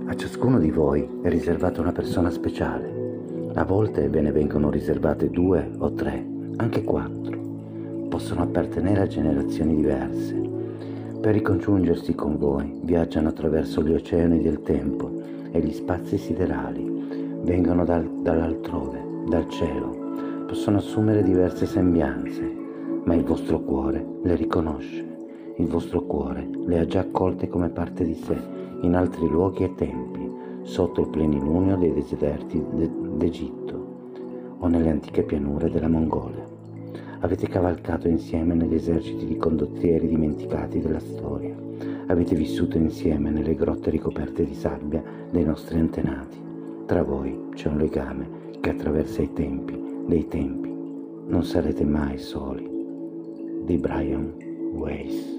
A ciascuno di voi è riservata una persona speciale. A volte ve ne vengono riservate 2 o 3, anche 4. Possono appartenere a generazioni diverse. Per ricongiungersi con voi viaggiano attraverso gli oceani del tempo e gli spazi siderali. Vengono dall'altrove, dal cielo. Possono assumere diverse sembianze, ma il vostro cuore le riconosce. Il vostro cuore le ha già accolte come parte di sé in altri luoghi e tempi, sotto il plenilunio dei deserti d'Egitto o nelle antiche pianure della Mongolia. Avete cavalcato insieme negli eserciti di condottieri dimenticati della storia. Avete vissuto insieme nelle grotte ricoperte di sabbia dei nostri antenati. Tra voi c'è un legame che attraversa i tempi dei tempi. Non sarete mai soli. Di Brian Weiss.